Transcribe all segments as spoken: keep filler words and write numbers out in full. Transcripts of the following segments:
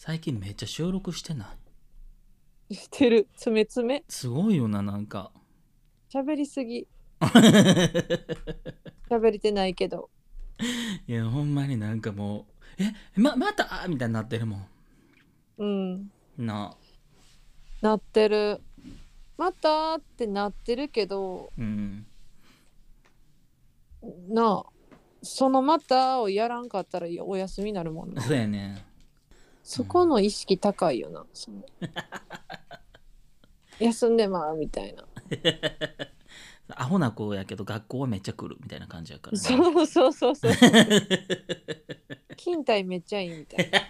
最近めっちゃ収録してない？ してる。つめつめ。 すごいよな、なんか。 喋りすぎ。喋れてないけど。 いや、ほんまになんかもう、え、ま、またみたいになってるもん。 うん。 なあ。 なってる。またってなってるけど、 うん。 なあ、そのまたをやらんかったらお休みになるもんな。 そうやね。 そこの意識高いよな。その休んでまうみたいな。 アホな子やけど学校はめっちゃ来るみたいな感じやからな。 そうそうそうそうそう。勤怠めっちゃいいみたいな。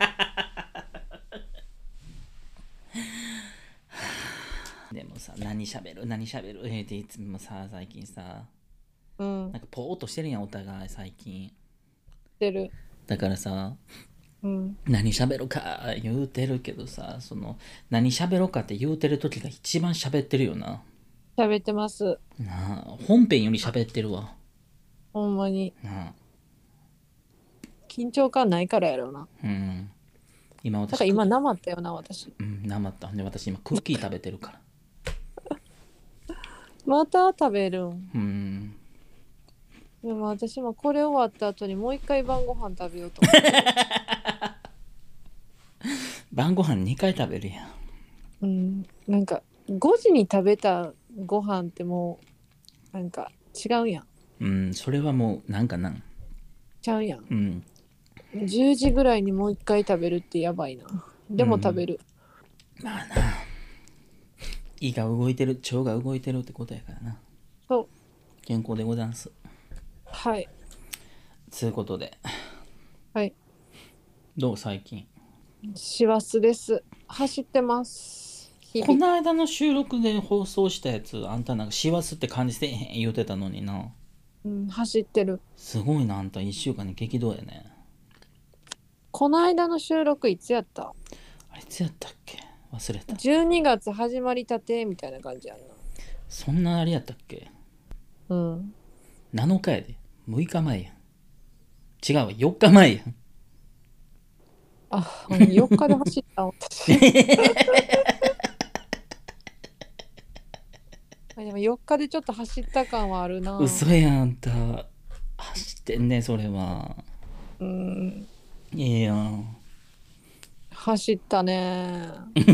でもさ、何喋る何喋るえっていつもさ、最近さ、 うん。 なんかポーっとしてるやん、お互い最近。 してる。 だからさ、 うん。 何喋るか言うてるけどさ、その何喋ろうかって言うてる時が一番喋ってるよな。 喋ってます。 なあ、本編より喋ってるわ。 ほんまに。 なあ、 緊張感ないからやろうな。 うん。今私、 だから今なまったよな、私。 うん、なまった。で、私今クッキー食べてるから。 また食べるん。 うん。 でも私もこれ終わった後にもう一回晩ご飯食べようと思ってる。 晩ご飯にかい食べるやん。 うん。なんかごじに食べたご飯ってもうなんか違うやん。 うん、それはもうなんかなん。 ちゃうやん。 うん。 じゅうじぐらいにもう一回食べるってやばいな。でも食べる。 まあな。胃が動いてる、腸が動いてるってことやからな。 そう。 健康でござんす。 はい。 つうことで。 はい。 どう最近？ 師走です。走ってます。日こ 々。 の間の収録で放送したやつ、あんたなんか師走って感じてへん言うてたのにな。 うん、走ってる。 すごいな、あんたいっしゅうかんに激動やね。 この間の収録いつやった？ あれいつやったっけ？忘れた。 じゅうにがつ始まりたてみたいな感じやんな。 そんなあれやったっけ？ うん。 なのかやで。むいかまえやん。違うわ、よっかまえやん。 あ、よっかで走った私。でもよっかでちょっと走った感はあるな。 嘘やん、あんた。走ってんね、それは。 うん。 いいやん。 走ったね。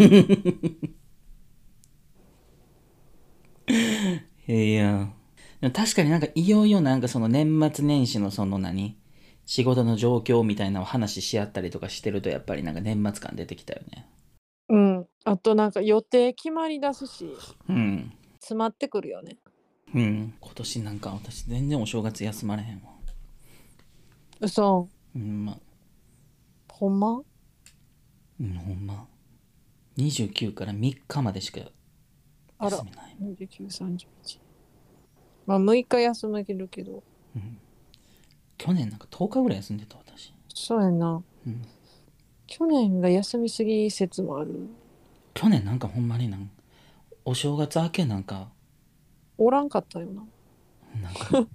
いいやん。でも確かになんかいよいよなんかその年末年始のその何仕事の状況みたいなのを話し合ったりとかしてるとやっぱりなんか年末感出てきたよね。 うん。あとなんか予定決まりだすし、 うん。 詰まってくるよね。 うん。今年なんか私全然お正月休まれへんわ。 嘘。 うんま。 ほんま？ うん、ほんま。にじゅうくからみっかまでしかあら。 休みない。 にじゅうく、さんじゅういち。まあむいか休めるけど。 うん。去年なんかとおかぐらい休んでた私。 そうやな。 うん。 去年が休みすぎ説もある。 去年なんかほんまになんお正月明けなんかおらんかったよな。 なんか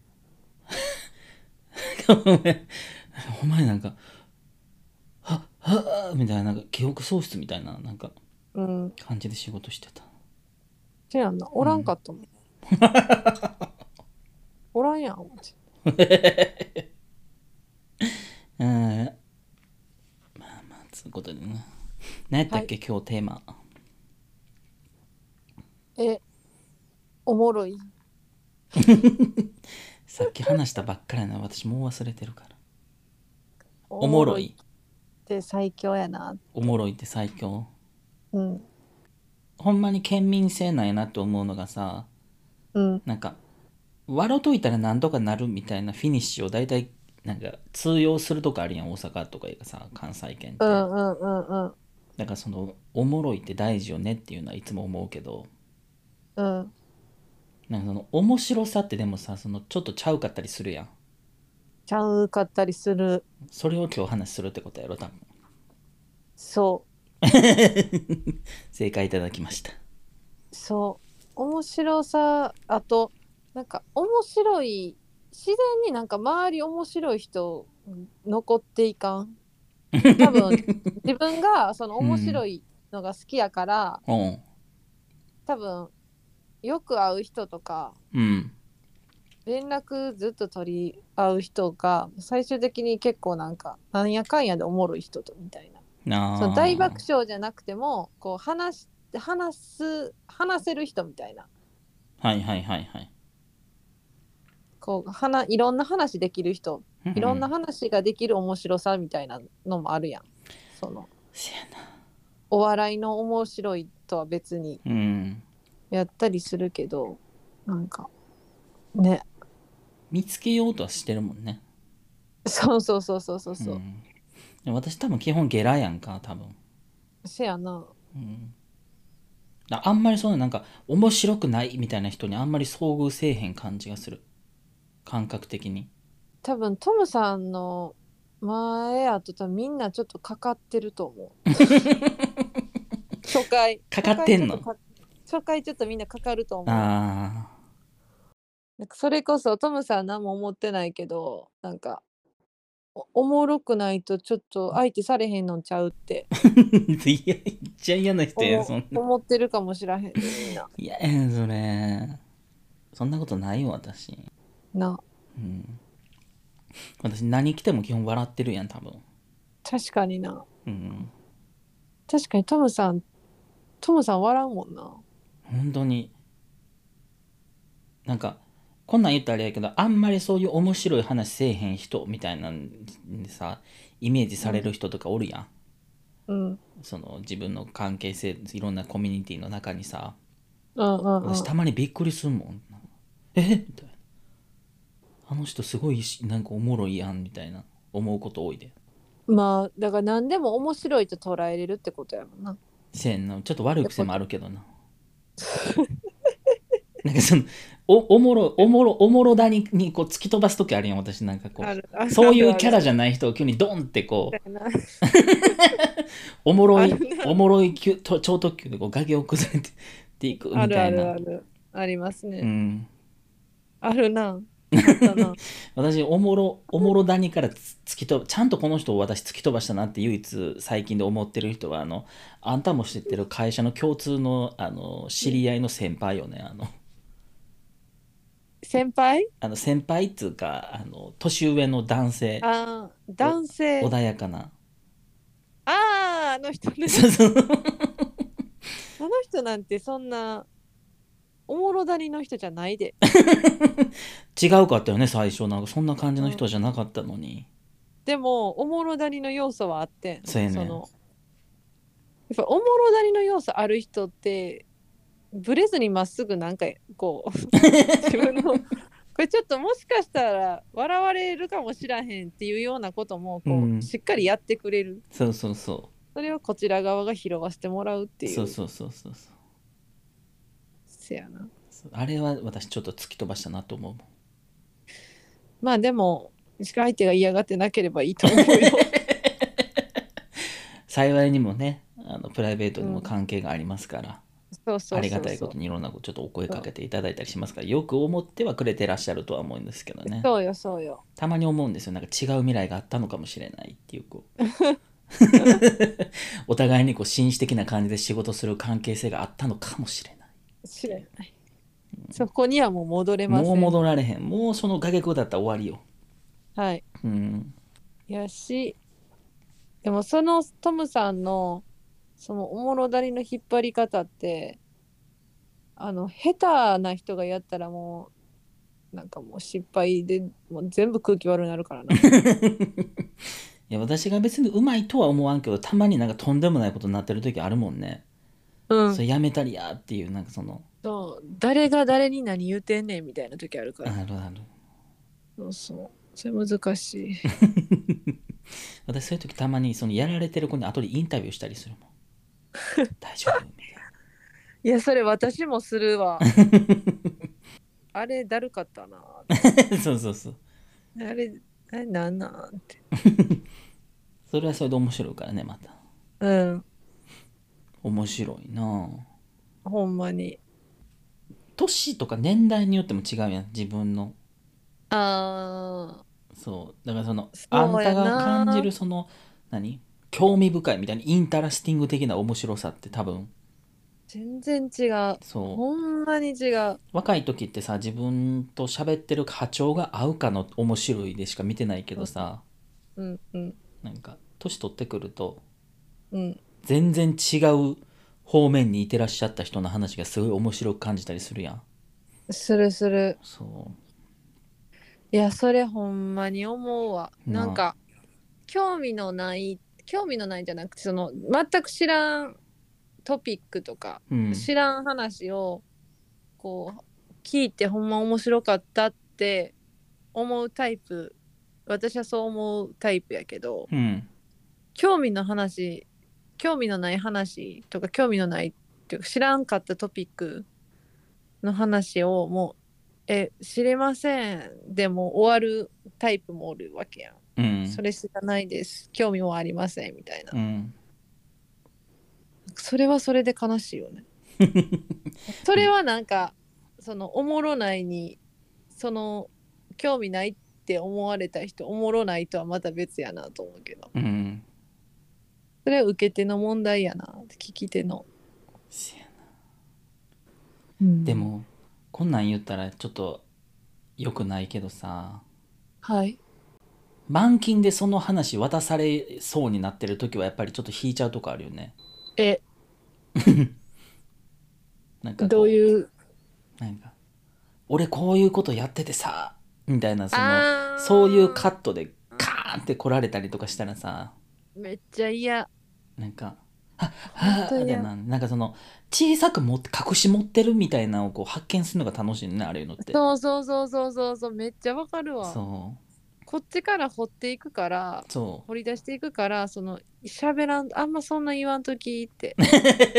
ほんまになんかはっはっみたいななんか記憶喪失みたいななんかうん。 感じで仕事してた。 せやんな。おらんかったもん。おらんやん。思ってうん。まあまあつうことでね。何やったっけ、今日テーマ。 え、おもろい。 さっき話したばっかりなの私もう忘れてるから。 おおもろい。 って最強やな。 おもろいって最強。 うん。 ほんまに県民性なんやなって思うのがさ、 うん。 なんか笑うといたらなんとかなるみたいなフィニッシュを大体なんか通用するとこあるやん、大阪とかいうかさ、関西圏って。 うんうんうんうん。 だからそのおもろいって大事よねっていうのはいつも思うけど、 うん。 なんかその面白さってでもさ、そのちょっとちゃうかったりするやん。 ちゃうかったりする。 それを今日話するってことやろ多分。 そ正解いただきました。 う。そう。面白さ、あと、なんか面白い、自然になんか周り面白い人残っていかん。 多分自分がその面うん白いのが好きやから、 おう多分よく会う人とかうん連絡ずっと取り合う人が最終的に結構なんかなんやかんやでおもろい人とみたいな、その大爆あ笑じゃなくてもこう話して話す話せる人みたいな、 あはいはいはいはいこう話いろんな話できる人、 うんういろんなん話ができる面白さみたいなのもあるやん。そのせやなお笑いの面白いとは別にうんやったりするけど、なんかね、 見つけようとはしてるもんね。 そうそうそうそうそうそうんで私多分基本ゲラやんか多分う、せやな。 ああんまりそのなんか面白くないみたいな人にあんまり遭遇せえへん感じがする感覚的に。 多分トムさんの前やと多分みんなちょっとかかってると思う。初回かか初ってんの回ちょっとか初回ちょっとみんなかかると思う。 あなんかそれこそトムさん何も思ってないけど、なんかおおもろくないとちょっと相手されへんのちゃうってーいやめっちゃ嫌な人やん思そんな。 思ってるかもしらへんで、みんな。 嫌やんそれ。そんなことないよ私。 な、 私何着ても基本笑ってるやん多分。 確かにな。 うん確かにトムさん、トムさん笑うもんな。 本当になんかこんなん言ったらあれやけどあんまりそういう面白い話せえへん人みたいなんでさイメージされる人とかおるやん。 うん。 その自分の関係性いろんなコミュニティの中にさうんうんうん。 私たまにびっくりするもん。えみたいな。あの人すごいしなんかおもろいやんみたいな思うこと多いで。 まあ、だから何でも面白いと捉えれるってことやもんな。っせやんなちょっと悪い癖もあてこと。 るけどな。なんかそのおおもろおもろおもろだににこう突き飛ばす時あるやん私なんかこうあるあるそういうあるあるある。 キャラじゃない人を急にドンってこうだよな。 おもろあいるな。 おもろい級と超特急でこう崖を崩れてっていくあるあみたいな。 るある。ありますね。 うんあるな。あったな。 私おもろおもろ谷からつ突き飛ばちゃんとこの人を私突き飛ばしたなって唯一最近で思ってる人はあのあんたも知ってる会社の共通のあの知り合いの先輩よね。あの先輩。 あの先輩っつうかあの年上の男性ああ、 お男性。 穏やかな。 ああ、あの人ね。 そうそうあの人なんてそんなおもろだりの人じゃないで。 違うかったよね最初なんかそんな感じうん。 の人じゃなかったのに。 でも、おもろだりの要素はあってん。 そうやねん。 その、やっぱおもろだりの要素ある人って、ブレずにまっすぐなんかこう自分のこれちょっともしかしたら笑われるかもしらへんっていうようなこともこううんしっかりやってくれる。 そうそうそそれをこちら側が拾わせてもらうっていう。 うそうそうそうそうそうせやな。 あれは私ちょっと突き飛ばしたなと思うもん。 まあでも相手が嫌がってなければいいと思うよ。 幸いにもねあのプライベートにもうん。 関係がありますから、 そうそうありがそうそう。 たいことにいろんなことちょっとお声かけそうていただいたりしますからよく思ってはくれてらっしゃるとは思うんですけどね。 そうよそうよ。 たまに思うんですよなんか違う未来があったのかもしれないっていうこうお互いにこう紳士的な感じで仕事する関係性があったのかもしれないっていう。 知れない。そこにはもう戻れまもうせん。 戻られへんもうその崖下ったら終わりよ。 はい。 うんやし、でもそのトムさんのそのおもろだりの引っ張り方って、あの下手な人がやったらもうなんかもう失敗でもう全部空気悪くなるからな。 いや私が別にうまいとは思わんけどたまになんかとんでもないことになってる時あるもんね。 うん。 それやめたりやっていうなんかそのそう、誰が誰に何言うてんねんみたいな時あるかあら。 るある。 そうそう。それ難しい。 私そういう時たまにそのやられてる子に後でインタビューしたりするもん。大丈夫みたいいや、それ私もするわ。あれだるかったな。 な。そうそうそう。 あれ、あれなんなんって。 それはそれで面白いからねまた。 うん。 面白いなぁ。 ほんまに。 年とか年代によっても違うやん自分の。 ああ、 そうだからそのあんそうやたが感じな。 るその何興味深いみたいなインタラスティング的な面白さって多分全然違う。 そうほんまに違う。 若い時ってさ自分と喋ってる波長が合うかの面白いでしか見てないけどさうんうんなんか年取ってくるとうん全然違う方面にいてらっしゃった人の話がすごい面白く感じたりするやん。 するする。 そいやそれほんまに思うわ。 うななんか興味のない興味のないんじゃなくてその全く知らんトピックとか、 うん知らん話をこう聞いてほんま面白かったって思うタイプ。私はそう思うタイプやけど、 うん興味の話興味のない話とか興味のないっていうか知らんかったトピックの話をもうえ知れませんでも終わるタイプもおるわけやん。 うんそれ知らないです興味もありませんみたいな、 うんそれはそれで悲しいよね。それはなんかそのおもろないにその興味ないって思われた人おもろないとはまた別やなと思うけど、 うんそれは受け手の問題やな聞き手の、 せやなうんでもこんなん言ったらちょっと良くないけどさはい満金でその話渡されそうになってる時はやっぱりちょっと引いちゃうとこあるよね。 えなんかこどういうなんか俺こういうことやっててさみたいなそのあーそういうカットでカーンって来られたりとかしたらさめっちゃ嫌なんかは本当嫌はでななんかその小さく持って隠し持ってるみたいなのをこう発見するのが楽しいねあれいうのってそうそうそうそうそうそうめっちゃわかるわ。 そこっちから掘っていくからうそ掘り出していくからその喋らんあんまそんな言わんときってう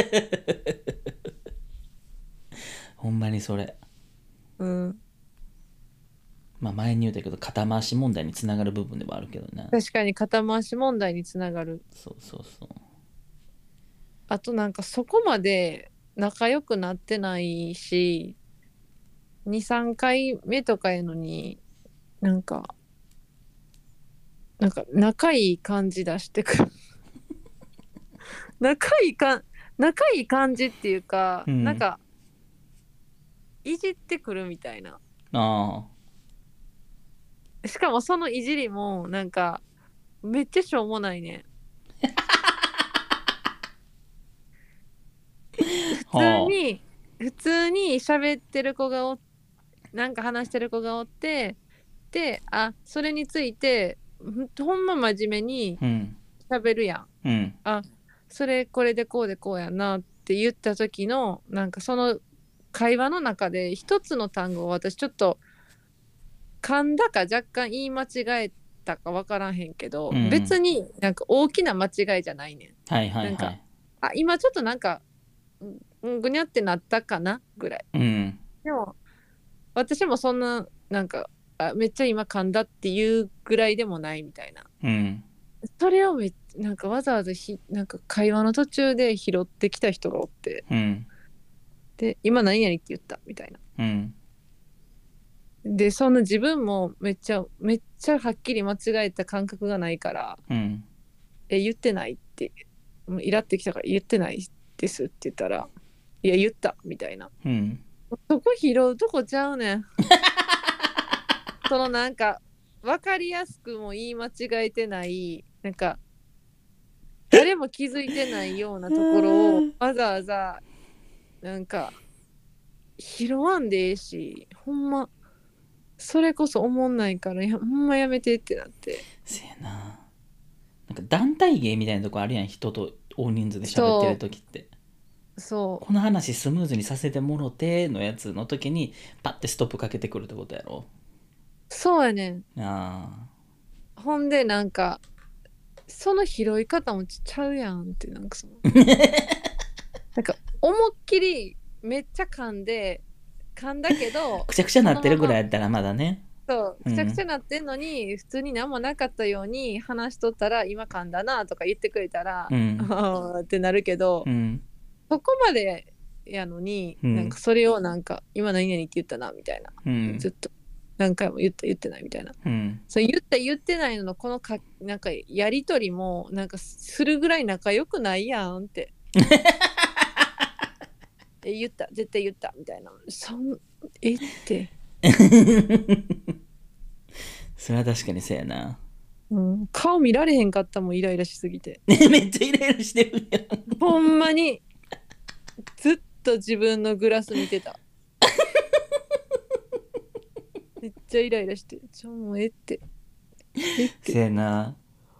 ほんまにそれうんまあ前に言うたけど肩回し問題につながる部分ではあるけどね。 確かに肩回し問題につながる。 そうそうそうあとなんかそこまで仲良くなってないしにさんかいめとかやのになんかなんか仲いい感じ出してくる仲いいか仲いい感じっていうか、 うんなんかいじってくるみたいな。 あしかもそのいじりもなんかめっちゃしょうもないね。普通あはに普通に喋ってる子がおなんか話してる子がおってであそれについてほほんま真面目にあうん喋るやん。 うんあそれこれでこうでこうやなって言った時のなんかその会話の中で一つの単語を私ちょっと噛んだか若干言い間違えたか分からへんけど、 うん別になんか大きな間違いじゃないねん。 はいはいなんかはいあ今ちょっとなんかうんぐにゃってなったかなぐらい。 うんでも私もそんななんかあめっちゃ今噛んだっていうぐらいでもないみたいな。 うんそれをめっなんかわざわざひなんか会話の途中で拾ってきた人がおってうんで今何々って言ったみたいな。 うんでそんな自分もめっちゃめっちゃはっきり間違えた感覚がないからうんえ言ってないってもうイラってきたから言ってないですって言ったらいや言ったみたいな。 うんそこ拾うとこちゃうねんそのなんか分かりやすくも言い間違えてないなんか誰も気づいてないようなところをわざわざなんか拾わんでええしほんまそれこそおもんないからやほんまやめてってなって。 せやななんか団体芸みたいなとこあるやん人と大人数で喋ってる時ってそうこの話スムーズにさせてもろてのやつの時にパッてストップかけてくるってことやろ。 そうやねん。 あほんでなんかその拾い方もちっちゃうやんってなんかそのなんか思いっきりめっちゃ噛んで噛んだけどくちゃくちゃなってるぐらいやったらまだねそううんくちゃくちゃなってんのに、普通に何もなかったように話しとったら今噛んだなとか言ってくれたら、 うんあーってなるけど、 うんそこまでやのに、 うんなんかそれをなんか今何々って言ったなみたいな、 うんずっと何回も言った言ってないみたいな。 うんそう言った言ってないののこのかなんかやりとりもなんかするぐらい仲良くないやんってえ言った絶対言ったみたいなそんえってそれは確かにそうやな。 うん、顔見られへんかったもんイライラしすぎてめっちゃイライラしてるやん。 ほんまにずっと自分のグラス見てためっちゃイライラしてちょもうえってえっせてやな。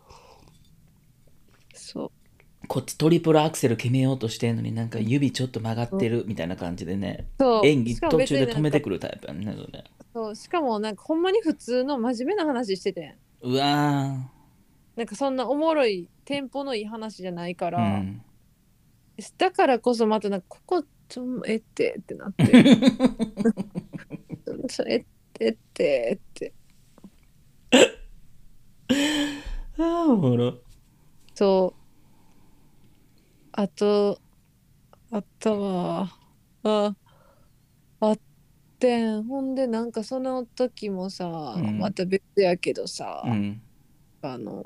そうこっちトリプルアクセル決めようとしてんのになんか指ちょっと曲がってるみたいな感じでね、 そう演技しかも途中で止めて別になんかくるタイプやんねそれ。 そうしかもなんかほんまに普通の真面目な話しててうわなんかそんなおもろいテンポのいい話じゃないかー。うら、 ん。 だからこそまたなんかここちょえってってなってちょえってってってああ、おもろ。 そうあとあったわああってんほんでなんかその時もさ、 うんまた別やけどさ、 うんあの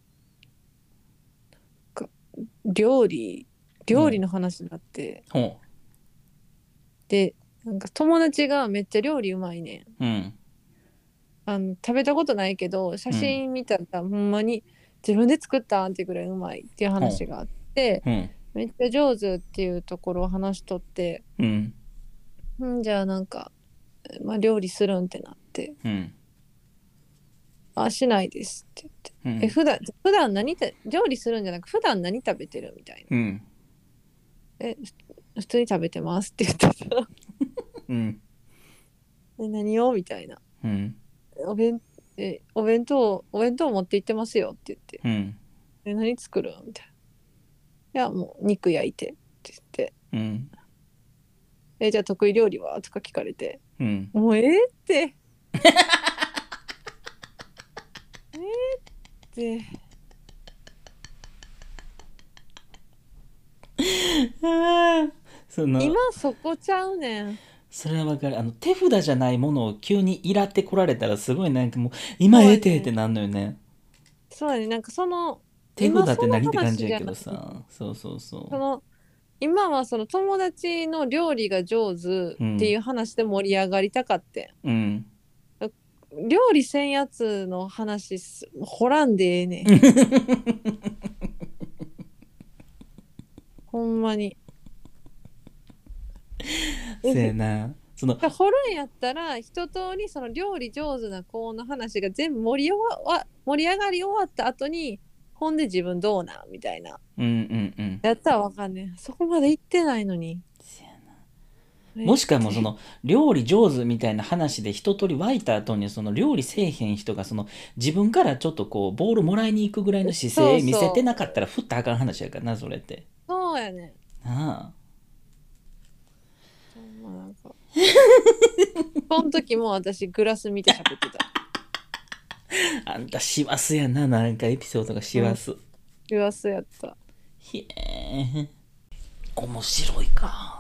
か料理料理の話になって、 ほでなんか友達がめっちゃ料理うまいねんう。うんあの食べたことないけど写真見たらほんまに自分で作ったんってぐらいうまいっていう話があってうんめっちゃ上手っていうところを話しとってうんんじゃあなんか、まあ、料理するんってなってうんあしないですって言って、 うんえ普段普段何た料理するんじゃなく普段何食べてるみたいなうんえふ普通に食べてますって言ってたうんえ何をみたいなうんお弁えお弁当お弁当持って行ってますよって言ってうんえ何作るみたいないやもう肉焼いてって言ってうんえじゃあ得意料理はとか聞かれてうんもうええってええってああ、その今そこちゃうねんそれはわかる。あの手札じゃないものを急にイラってこられたらすごいなんかもう今そうやねええてってなんのよね。 そうやねなんかその手今その札って何って感じやけ話じゃないどさ。そうそうそその今はその友達の料理が上手っていう話で盛り上がりたかってう。うん。 ん、料理せんやつの話す掘らんでええねんほんまにせやな。その掘るんやったら一通りその料理上手な子の話が全部盛り終わ盛り上がり終わった後にほんで自分どうなんみたいなうんうんうん。 やったらわかんねんそこまで行ってないのにせやな。もしかもそのの料理上手みたいな話で一通り沸いた後にその料理せえへん人がその自分からちょっとこうボールもらいに行くぐらいの姿勢見せてなかったら振ったらあかん話やからなそれって。 そうやねんなあ。 ほんまなんかその時も私グラス見て喋ってたあんた師走やな、なんかエピソードが師走。 グラスやったひえ面白いか。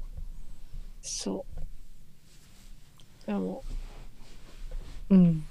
そうでもうん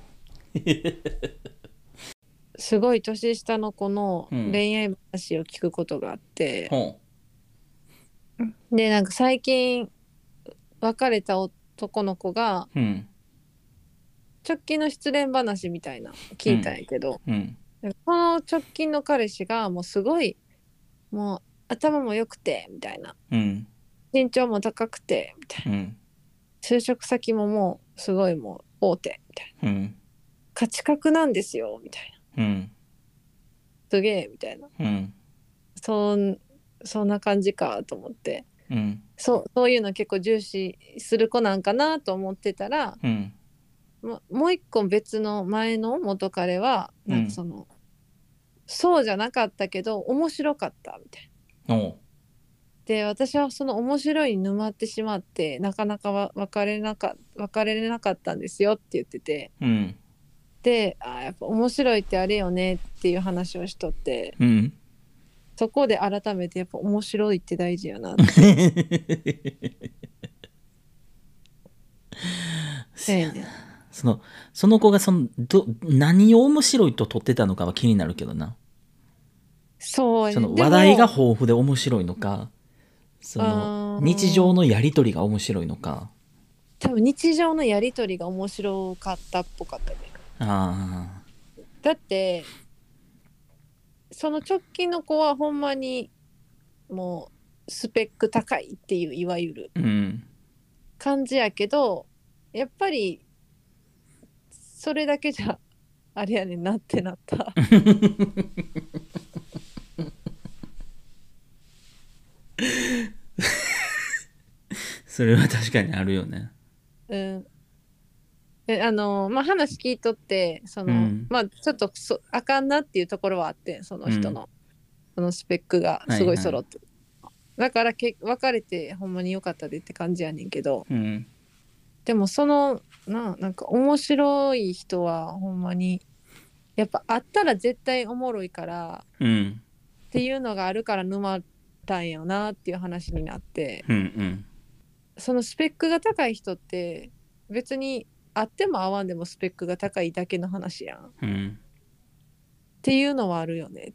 すごい年下の子の恋愛話を聞くことがあって、 ほでなんか最近別れた男の子がう。うん。 直近の失恋話みたいな聞いたんやけど、 うん。 この直近の彼氏がもうすごいもう頭も良くてみたいなうん。 身長も高くてみたいなうん。 就職先ももうすごいもう大手みたいなうん。 価値格なんですよみたいなうん。 すげえみたいなうん。 そんそんな感じかと思ってうん。 そうそういうの結構重視する子なんかなと思ってたらうん。 ももう一個別の前の元彼はなんかその、そうじゃなかったけど面白かったみたいな。 おう。 で私はその面白いに沼ってしまってなかなかわ別れなか別れれなかったんですよって言っててうん。 であやっぱ面白いってあれよねっていう話をしとってうん。 そこで改めてやっぱ面白いって大事やなって。そうやねんそのその子がそのど何を面白いと撮ってたのかは気になるけどな。 そうやね。 そので話題がも、 豊富で面白いのか、そのあ日常のーやり取りが面白いのか。 多分日常のやりとりが面白かったっぽかったね。 あだって、その直近の子はほんまにもうスペック高いっていういわゆるあ、うん。 感じやけど、やっぱりそれだけじゃあれやねんなってなった。 それは確かにあるよね。 うん。え、あの、まあ、話聞いとって、その、 うん。 まあ、ちょっとそあかんなっていうところはあって、そのうん。 人の、そのスペックがすはいはい。 ごい揃って。だからけ、別れてほんまに良かったでって感じやねんけど、 うん。 でもその、な、なんか面白い人はほんまに、やっぱ会ったら絶対おもろいからうん。 っていうのがあるから沼ったんよなっていう話になって、 うん。うん。 そのスペックが高い人って別に会っても会わんでもスペックが高いだけの話やんっうん。 ていうのはあるよねって。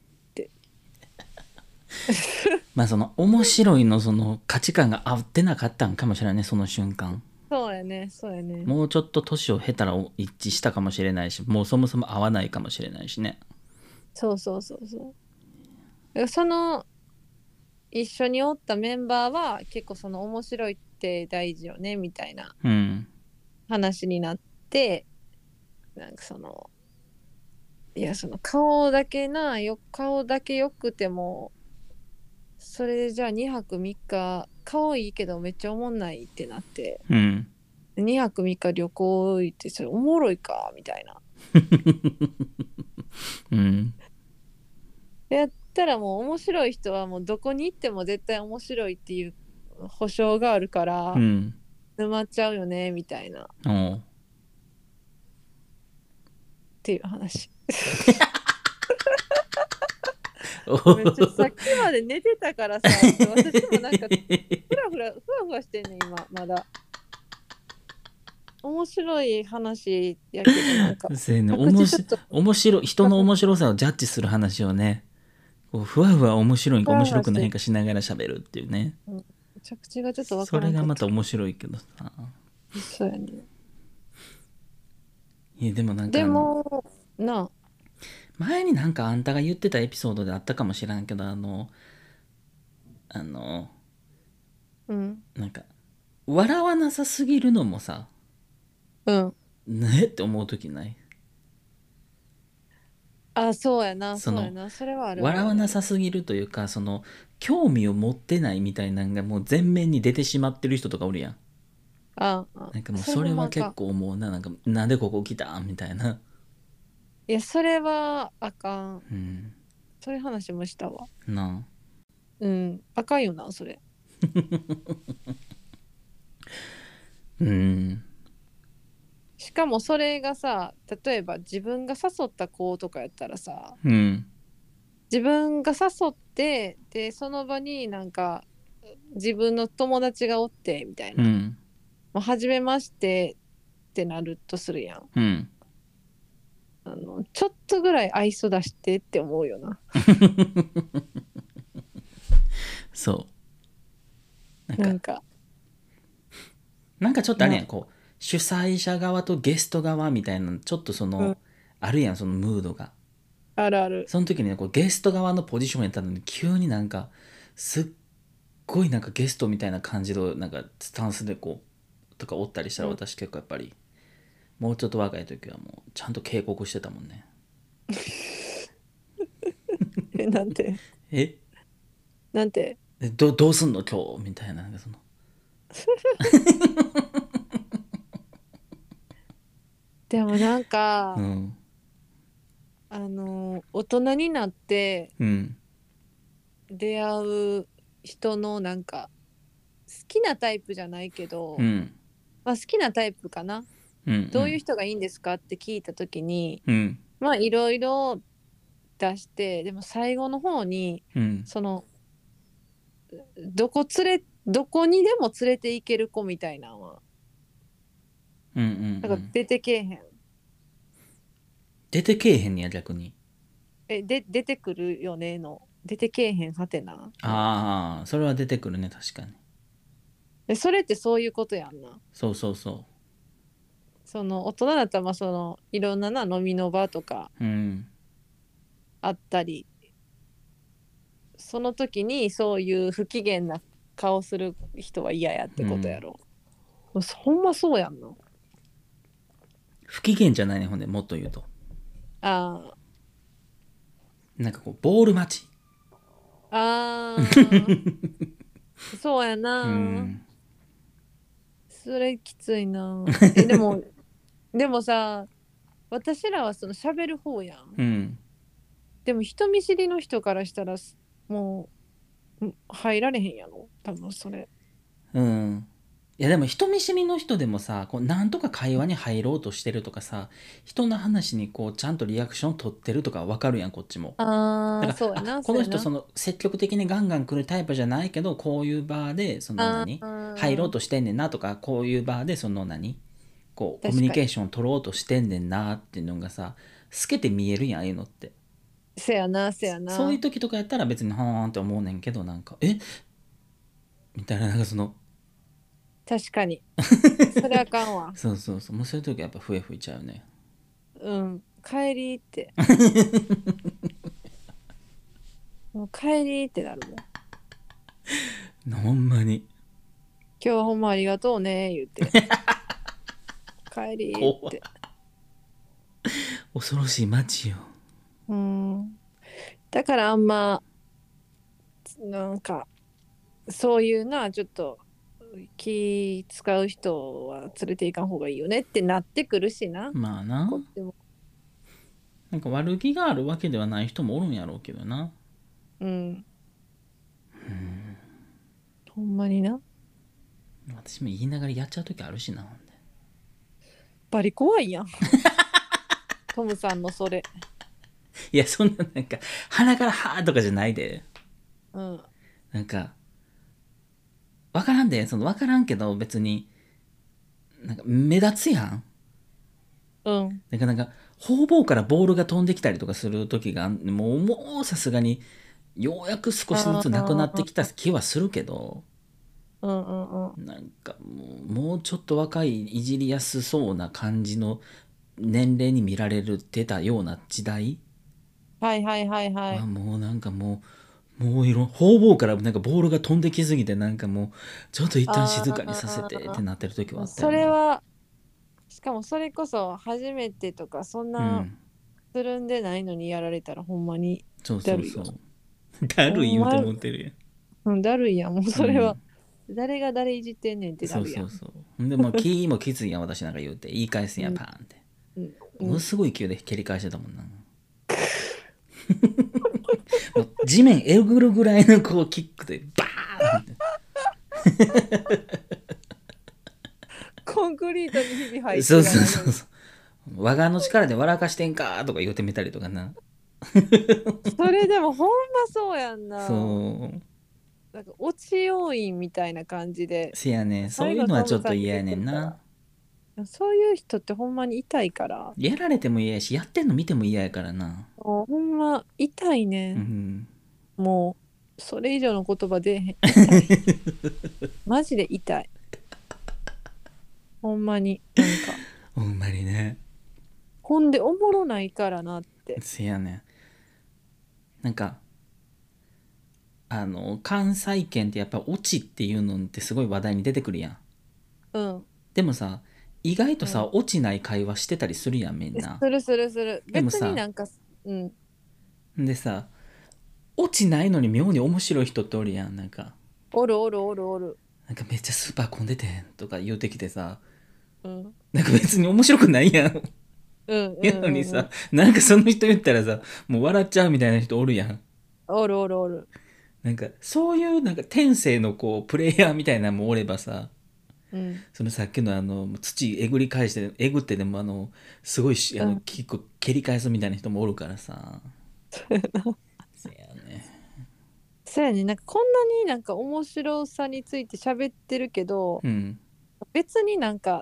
まあその面白いのその価値観が合ってなかったんかもしれないね、その瞬間。 そうやね、そうやね。 もうちょっと年を経たら一致したかもしれないし、もうそもそも合わないかもしれないしね。 そうそうそうそう。その一緒におったメンバーは結構その面白いって大事よねみたいなうん。 話になって、なんかその、いやその顔だけな、よ、顔だけ良くても、それでじゃあにはくみっか、顔いいけどめっちゃおもんないってなって、 うん。 にはくみっか旅行行ってそれおもろいかみたいな。 うん。 やったらもう面白い人はもうどこに行っても絶対面白いっていう保証があるからうん。 沼っちゃうよねみたいなっおう。 ていう話。 おごめん、ちょっとさっきまで寝てたからさ、ちょっと私もなんかふらふらふわふわしてんねん今まだ。面白い話やけどなんかせやね、おもし着地ちょっと面白い人の面白さをジャッジする話をね、こうふわふわ面白いんかふ面わふわして、 白くないんかしながら喋るっていうね。 うん、着地がちょっとわそれがからんかった。 また面白いけどさ。 そうやね。 いやでもなんかであのもな、 前になんかあんたが言ってたエピソードであったかもしらんけど、あのあのうんなんか笑わなさすぎるのもさ、 うん、 ねって思う時ない？ あ、そうやな、 そのそうやな、それはあるある笑わなあるある。 さすぎるというか、その興味を持ってないみたいなのがもう前面に出てしまってる人とかおるやん。 ああ、 なんかもうそれそれは結ほんまあかん。 構思うな。なんかなんでここ来たんみたいな。 いや、それはあかん。 うん。 そういう話もしたわ。 なうん、あかんよな、それ。 あ。うん。 しかもそれがさ、例えば自分が誘った子とかやったらさ、 うん。 自分が誘って、で、その場になんか、自分の友達がおって、みたいな。 うん。 もう、初めましてってなるとするやん。 うん。 あの、ちょっとぐらい愛想出してって思うよな。 そう。なんか、 なんか、 なんかちょっとあれな、 やん、こう、主催者側とゲスト側みたいな、ちょっとそうん、 の、あるやん、そのムードが。 あるある。 その時にね、こうゲスト側のポジションやったのに、急になんか、すっごいなんかゲストみたいな感じの、なんかスタンスでこう、とかおったりしたら、 うん。 私結構やっぱり、もうちょっと若い時はもう、ちゃんと警告してたもんね。 え、なんて、 えなんて。 えどどうすんの今日みたいな、なんかその、 でもなんか、 うん、 あの、大人になってうん、 出会う人のなんか、好きなタイプじゃないけど、 うん、 まあ好きなタイプかな。 うん、うどういうん、 人がいいんですかって聞いた時に、 うん、 まあいろいろ出して、でも最後の方に、 うん、 その、どこ連れ、どこにでも連れて行ける子みたいなのは、 うんうんうん。 なんか出てけえへん。 出てけえへんねや、逆に。 え、で、出てくるよねの、出てけえへんはてなの。 ああ、それは出てくるね、確かに。 で、それってそういうことやんな。 そうそうそその大人だったらまあそのいろんなな飲みの場とかう。うん。 あったり、その時にそういう不機嫌な顔する人は嫌やってうん。 ことやろ。ほんまそうやんな。 不機嫌じゃないね、ほんで、もっと言うと。 あなんかこう、ボール待ち。 あ、ああ、そうやうな。 ん。 それきついな。え、でも、でもさ、私らはその喋る方やん。 うん。 でも人見知りの人からしたらすもう、ん入られへんやろ。多分それ。 うん。いやでも人見知りの人でもさ、こうなんとか会話に入ろうとしてるとかさ、人の話にこうちゃんとリアクション取ってるとかわかるやん、こっちも。 ああ、 だから、あ、 そうやな、 このそうやな。 人その積極的にガンガン来るタイプじゃないけど、こういうバーで、そのあ何入ろうあ、 としてんねんなとか、こういうバーでその何こうコミュ確かに。 ニケーション取ろうとしてんねんなっていうのがさ、透けて見えるやん、ああいうのって。 せやな、せやそういうな。 時とかやったら別にはーんって思うねんけど、なんか、えみたいな、なんかその、 確かに。それあかんわ。 そうそうそう、もうそういう時はやっぱ笛吹いちゃうね。 うん。帰りって。もう帰りってなるもん。 ほんまに。 今日はほんまありがとうね、言うて。帰りっ怖て。 恐ろしい街よ。 うん。だからあんま、なんか、そういうな、ちょっと気使う人は連れて行かん方がいいよねってなってくるしな。 まあな。 こっちも。 なんか悪気があるわけではない人もおるんやろうけどな。 うん。ほんまにな。 私も言いながらやっちゃう時あるしな、ほんで。 バリ怖いやん。トムさんのそれ。 いや、そんななんか、鼻からはーとかじゃないで。 うん。 なんか、わからんで、そのわからんけど別に、なんか目立つやん。 うん。 なんかなんか、方々からボールが飛んできたりとかする時があん、もう、もうさすがに、ようやく少しずつなくなってきたああ。 気はするけど、 うんうんうん。 なんかもう、もうちょっと若い、いじりやすそうな感じの年齢に見られるてたような時代はいはいはいはい。 はもうなんかもう、もういろ、方々からなんかボールが飛んできすぎてなんかもう、ちょっと一旦静かにさせてってなってる時はああ、 あったよな。 それは、しかもそれこそ初めてとか、そんなうん。 つるんでないのにやられたらほんまにそうだるいよ。 そうそう。だほるい言うてんま、 もってるうん、だるいやん。もうやん。うそれは、 ん。 誰が誰いじってんねんってなそうるやん。 そうそう。ほんでもう気もきついやん、私なんか言うて。言い返すんや、 うん、 パーンって。 うん、 ものうん。 すごい勢いで蹴り返してたもんな。もう地面えぐるぐらいのこうキックでバーンって。 コンクリートにひび入っそうてらないのに。 そうそうそう。我がの力で笑かしてんかとか言うてみたりとかな。 それでもほんまそうやんそな。 う。 なんか落ち要因みたいな感じで、 せやねん。そういうのは最後トちょっと嫌やムさん出てねんな。 くるから。そういう人ってほんまに痛いから、 やられても嫌やし、やってんの見ても嫌やからな。 もうほんま痛いねん。 うん。 もう、それ以上の言葉出えへん。痛い。マジで痛い。ほんまに。なんか。 ほんまにね。 ほんで、おもろないからなって。 せやねん。なんか、あの、関西圏ってやっぱオチっていうのってすごい話題に出てくるやん。 うん。 でもさ、意外とさ、 うん。 落ちない会話してたりするやん、みんな。 するするする。別にでもさ、 なんか、うん。 でさ、落ちないのに妙に面白い人っておるやん。なんか、 おるおるおるおる。 なんかめっちゃスーパー混んでてんとか言うてきてさ、 うん。 なんか別に面白くないやん。 うんうやのにさ、 んうんうん。 なんかその人言ったらさ、もう笑っちゃうみたいな人おるやん。 おるおるおる。 なんか、そういうなんか天性のこう、プレイヤーみたいなのもおればさ、 うん。 そのさっきのあの、土えぐり返して、えぐってでもあの、すごいし、あの、 うん。 結構蹴り返すみたいな人もおるからさ。せやね。 そうやね。なんかこんなになんか面白さについて喋ってるけど、 うん。 別になんか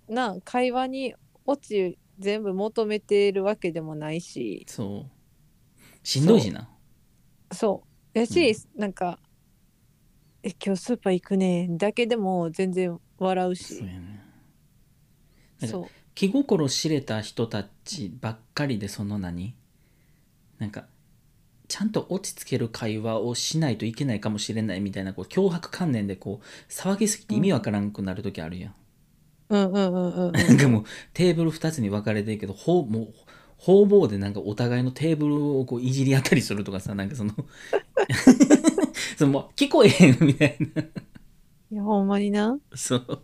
な会話にオチ全部求めてるわけでもないし、 そうしんどいしそな。 うそうやし、 うんなんかえ今日スーパー行くねだけでも全然笑うし、 そうやね。なんかそ気心知れた人たちばっかりで、その何なんかちゃんと落ち着ける会話をしないといけないかもしれないみたいなこう脅迫観念でこう騒ぎすぎてう、うん、 意味わからんくなる時あるやん。 うんうんうんうんうんうん。 なんかもうテーブルふたつに分かれてるけど、ほうもう方々でなんかお互いのテーブルをこういじり合ったりするとかさ、なんかそのそのもう聞こえへんみたいな。 いやほんまにな。 そう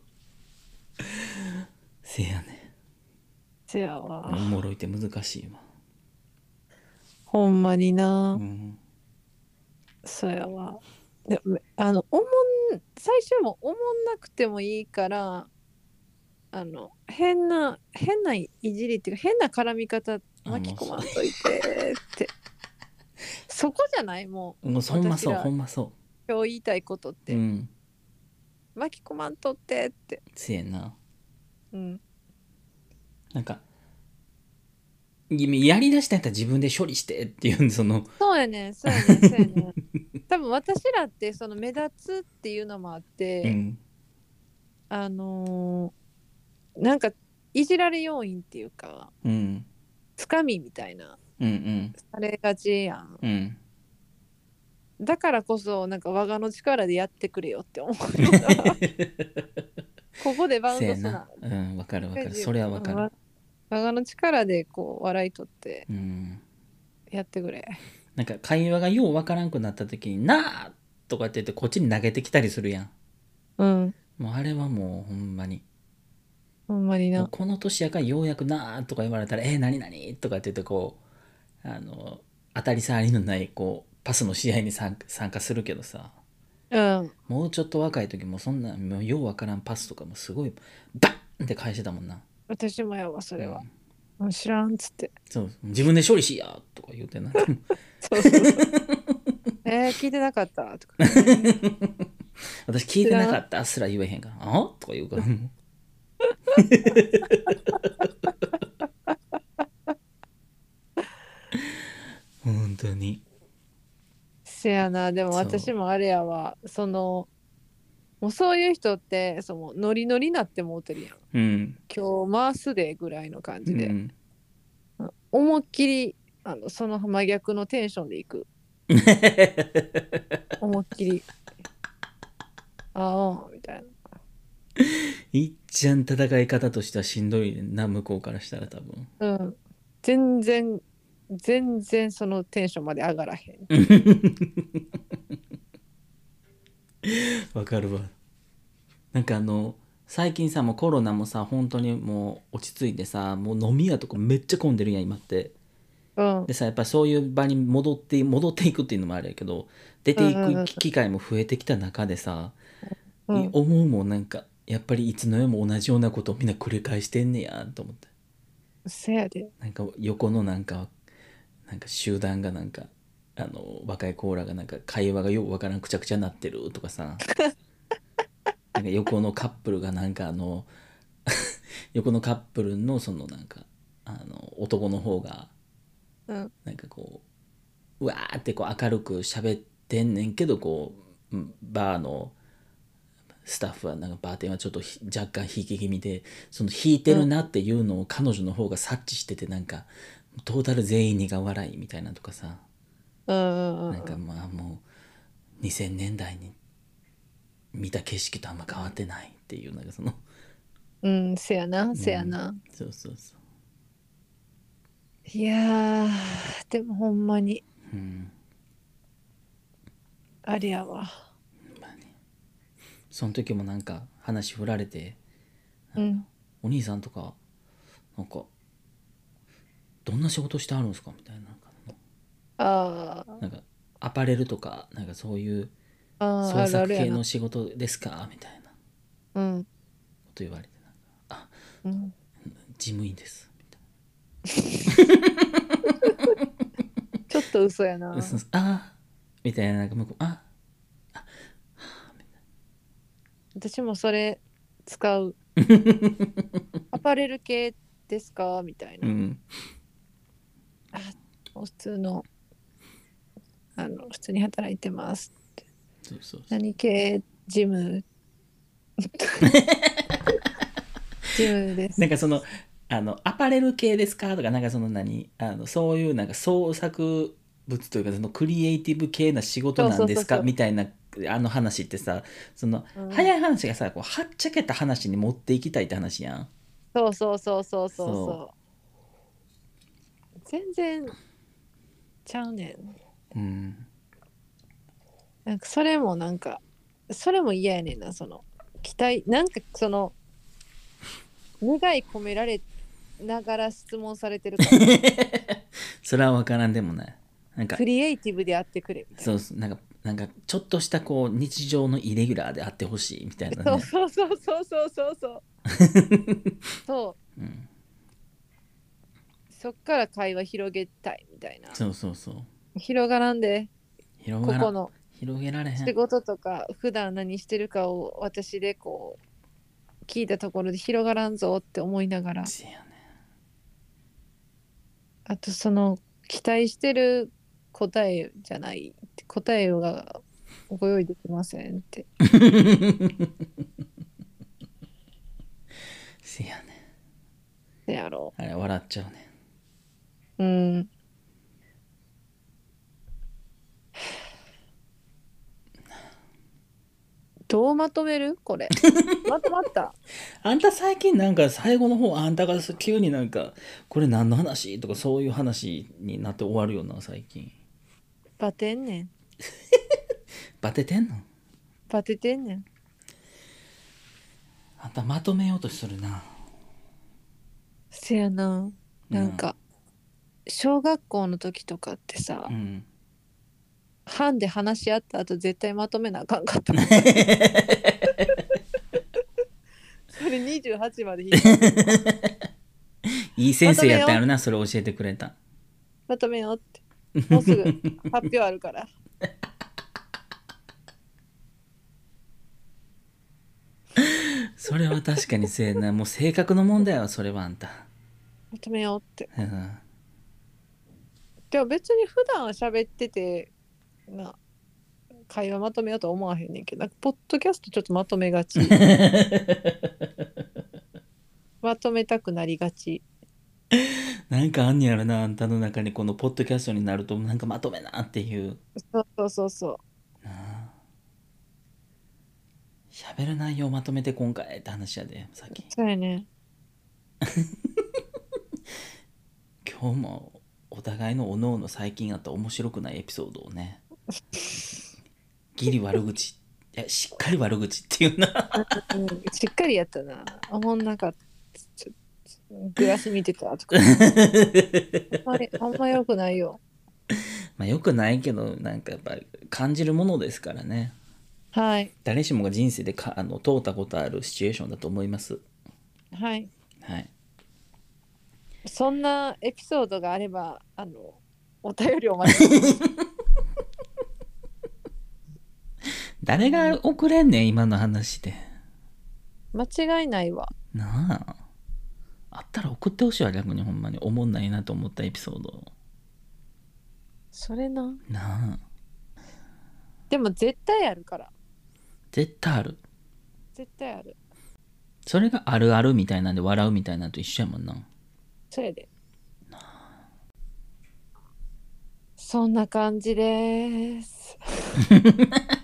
せやね。 せやわ。 おもろいって難しいわ。 ほんまにな。 うん。 そうやわ。でもあのおもん最初もおもんなくてもいいから、あの変な変ないじりっていうか変な絡み方あ、も巻きうそ込まんといてって、そこじゃない？もう。もううほんまそう、ほ私らんまそ今日言いたいことっう。うて、 ん。 巻き込まんとってって。 せやな。 うん、 なんか、やりだしたんやったら自分で処理してっていうんで、その、 そうやねんそうやねんそうやねん。多分私らってその目立つっていうのもあって、 うん。 あのーなんかいじられ要因っていうかうん。 つかみみたいなうん。 されがちやん。 うん。うん。 だからこそなんか我がの力でやってくれよって思うよな。ここでバウせやな。 ンドすな。 うん、わかるわかる。 自それはわかる。 分我がの力でこう笑い取ってうん。 やってくれ。 なんか会話がようわからんくなった時に、なあとかって言ってこっちに投げてきたりするやん。 うん。 もうあれはもうほんまに。 ほんまにな。 もうこの年やからようやくなあとか言われたら、えー、何々とかって言ってこう、あの、当たり障りのないこう、パスの試合に参参加するけどさ、 うん。 もうちょっと若い時もそんな、もうようわからんパスとかもすごい、バッンって返してたもんな。 私もやわ、それは。 うん。 うん知らんっつって。 そう、自分で処理しやとか言うてなんかもうそうそうそう。えー、聞いてなかったとか。えー、 私聞いてな知らん。 かったすら言えへんから、あとか言うから、もう本当に。 せやな、でもそ私もあれやわ。その、もうそういう人って、そのノリノリなって思うてるやん。 う。うん。 今日回すでぐらいの感じで。 うん。 うん思いっきり、あの、その真逆のテンションでいく。思いっきり、ああ、みたいいっちゃん戦い方としてはしんどいな、向こうからしたら多分。 な。うん。全然、全然そのテンションまで上がらへん。 わかるわ。なんかあの、最近さ、もうコロナもさ、本当にもう落ち着いてさ、もう飲み屋とかめっちゃ混んでるやん、今って。 うん。うんでさ、やっぱりそういう場に戻って、戻っていくっていうのもあるやけど、出うていくん機会も増えてきた中でさ、 うん。 思うもんなんか、やっぱりいつの世も同じようなことをみんな繰り返してんねやと思って。 せやで。 なんか横のなんか、なんか集団がなんか、あの、若いコーラがなんか会話がよくわからんくちゃくちゃになってるとかさ、なんか横のカップルがなんかあの、横のカップルのそのなんか、あの、男の方が、 うん。 なんかこう、うわーってこう明るく喋ってんねんけど、こう、バーのスタッフはなんかバーテンはちょっと若干引き気味で、その引いてうん。 るなっていうのを彼女の方が察知してて、なんか、トータル全員苦笑いみたいなとかさ、 うんなんかうんまあもうにせんねんだいに見た景色とあんま変わってないっていう、なんかその、 うん。うん、せやな、 うん、 せやな。 そうそうそう。 いやー、でもほんまに、 うん。 あれやわ。 まあね、その時もなんか話振られて、 うん。 お兄さんとか、なんか、どんな仕事してあるんですかみたいな。なんか、 あなんかアパレルとか、なんかそういうあ、ああ、 創あるあるやな。 作系の仕事ですかみたいなこうん。 と言われて、あ、 うん。 事務員です。 ちょっと嘘やみたいな。 な。 あみたいな、なんか向こう、あ私もそれ使う。 アパレル系ですかみたいうな。 ん。 あ、もう普通の、あの、普通に働いてます。 そうそうそう。 何系ジムジムです。 なんかその、あの、アパレル系ですかとか、なんかその何、あの、そういうなんか創作物というか、そのクリエイティブ系な仕事そうなんですかそうそうそう。 みたいな、あの話ってさ、その、 うん、 早い話がさ、こう、はっちゃけた話に持っていきたいって話やん。 そうそうそうそうそうそそう。全然ちゃうねん。 う。うん。 なんかそれもなんか、それも嫌やねんな、その、期待、なんかその、願い込められながら質問されてるから、 それは分からんでもない。なんか、 クリエイティブであってくれみたいな。 そうそう、なんか、なんか、ちょっとしたこう、日常のイレギュラーであってほしいみたいなそうね。 そうそうそうそうそうそう。そう、 うん。 そっから会話広げたいみたいな。 そうそうそう。 広がらんで、 広がらん。 ここの広げられへん。 仕事とか、普段何してるかを私でこう、聞いたところで広がらんぞって思いながら、 せやね。 あとその、期待してる答えじゃない、答えがご用意できませんって。 せやね。 でやろあれ、笑っちゃうね。 う。うん。どうまとめるこれ。まとまった。 あんた最近なんか最後の方、あんたが急になんか、これ何の話とかそういう話になって終わるよな、最近。 バテんねん。 バテてんの？ バテてんねん。 あんたまとめようとするな。 せやな。 うん。 なんか、小学校の時とかってさ、 うん。 班で話し合った後絶対まとめなあかんかった。それにじゅうはちまで引っ張ってるわ。 いい先生まとめよう。 やったんやろな、それ教えてくれた。 まとめようって。もうすぐ発表あるから。 それは確かにせえな。もう性格の問題はそれはあんた。 まとめようって。 うん。 でも別に普段喋ってて、な、会話まとめようとは思わへんねんけど、なんかポッドキャストちょっとまとめがち。まとめたくなりがち。 なんかあんねやろな、あんたの中にこのポッドキャストになるとなんかまとめなっていう。 そうそうそうそ喋る内容まとめて今回って話やで、さっう。 き。 そうやね。 今日もお互いのおのおの最近あった面白くないエピソードをね、ギリ悪口、いや、しっかり悪口っていうな。 うん、しっかりやったな。あ、もんなかった。ちょグラス見てたとか。あんまり、あんま良くないよ。 まあよくないけど、なんかやっぱ感じるものですからね。 はい。 誰しもが人生でかあの通ったことあるシチュエーションだと思います。 はい。 はい。 そんなエピソードがあれば、あの、お便りお待ちしてます。 誰が送れんねん、今の話で。 間違いないわ。 なあ。あったら送ってほしいわ、逆にほんまに。おもんないなと思ったエピソード。 それな。 なあ。 でも絶対あるから。 絶対ある。 絶対ある。 それがあるあるみたいなんで笑うみたいなんと一緒やもんな。 それで。そんな感じです。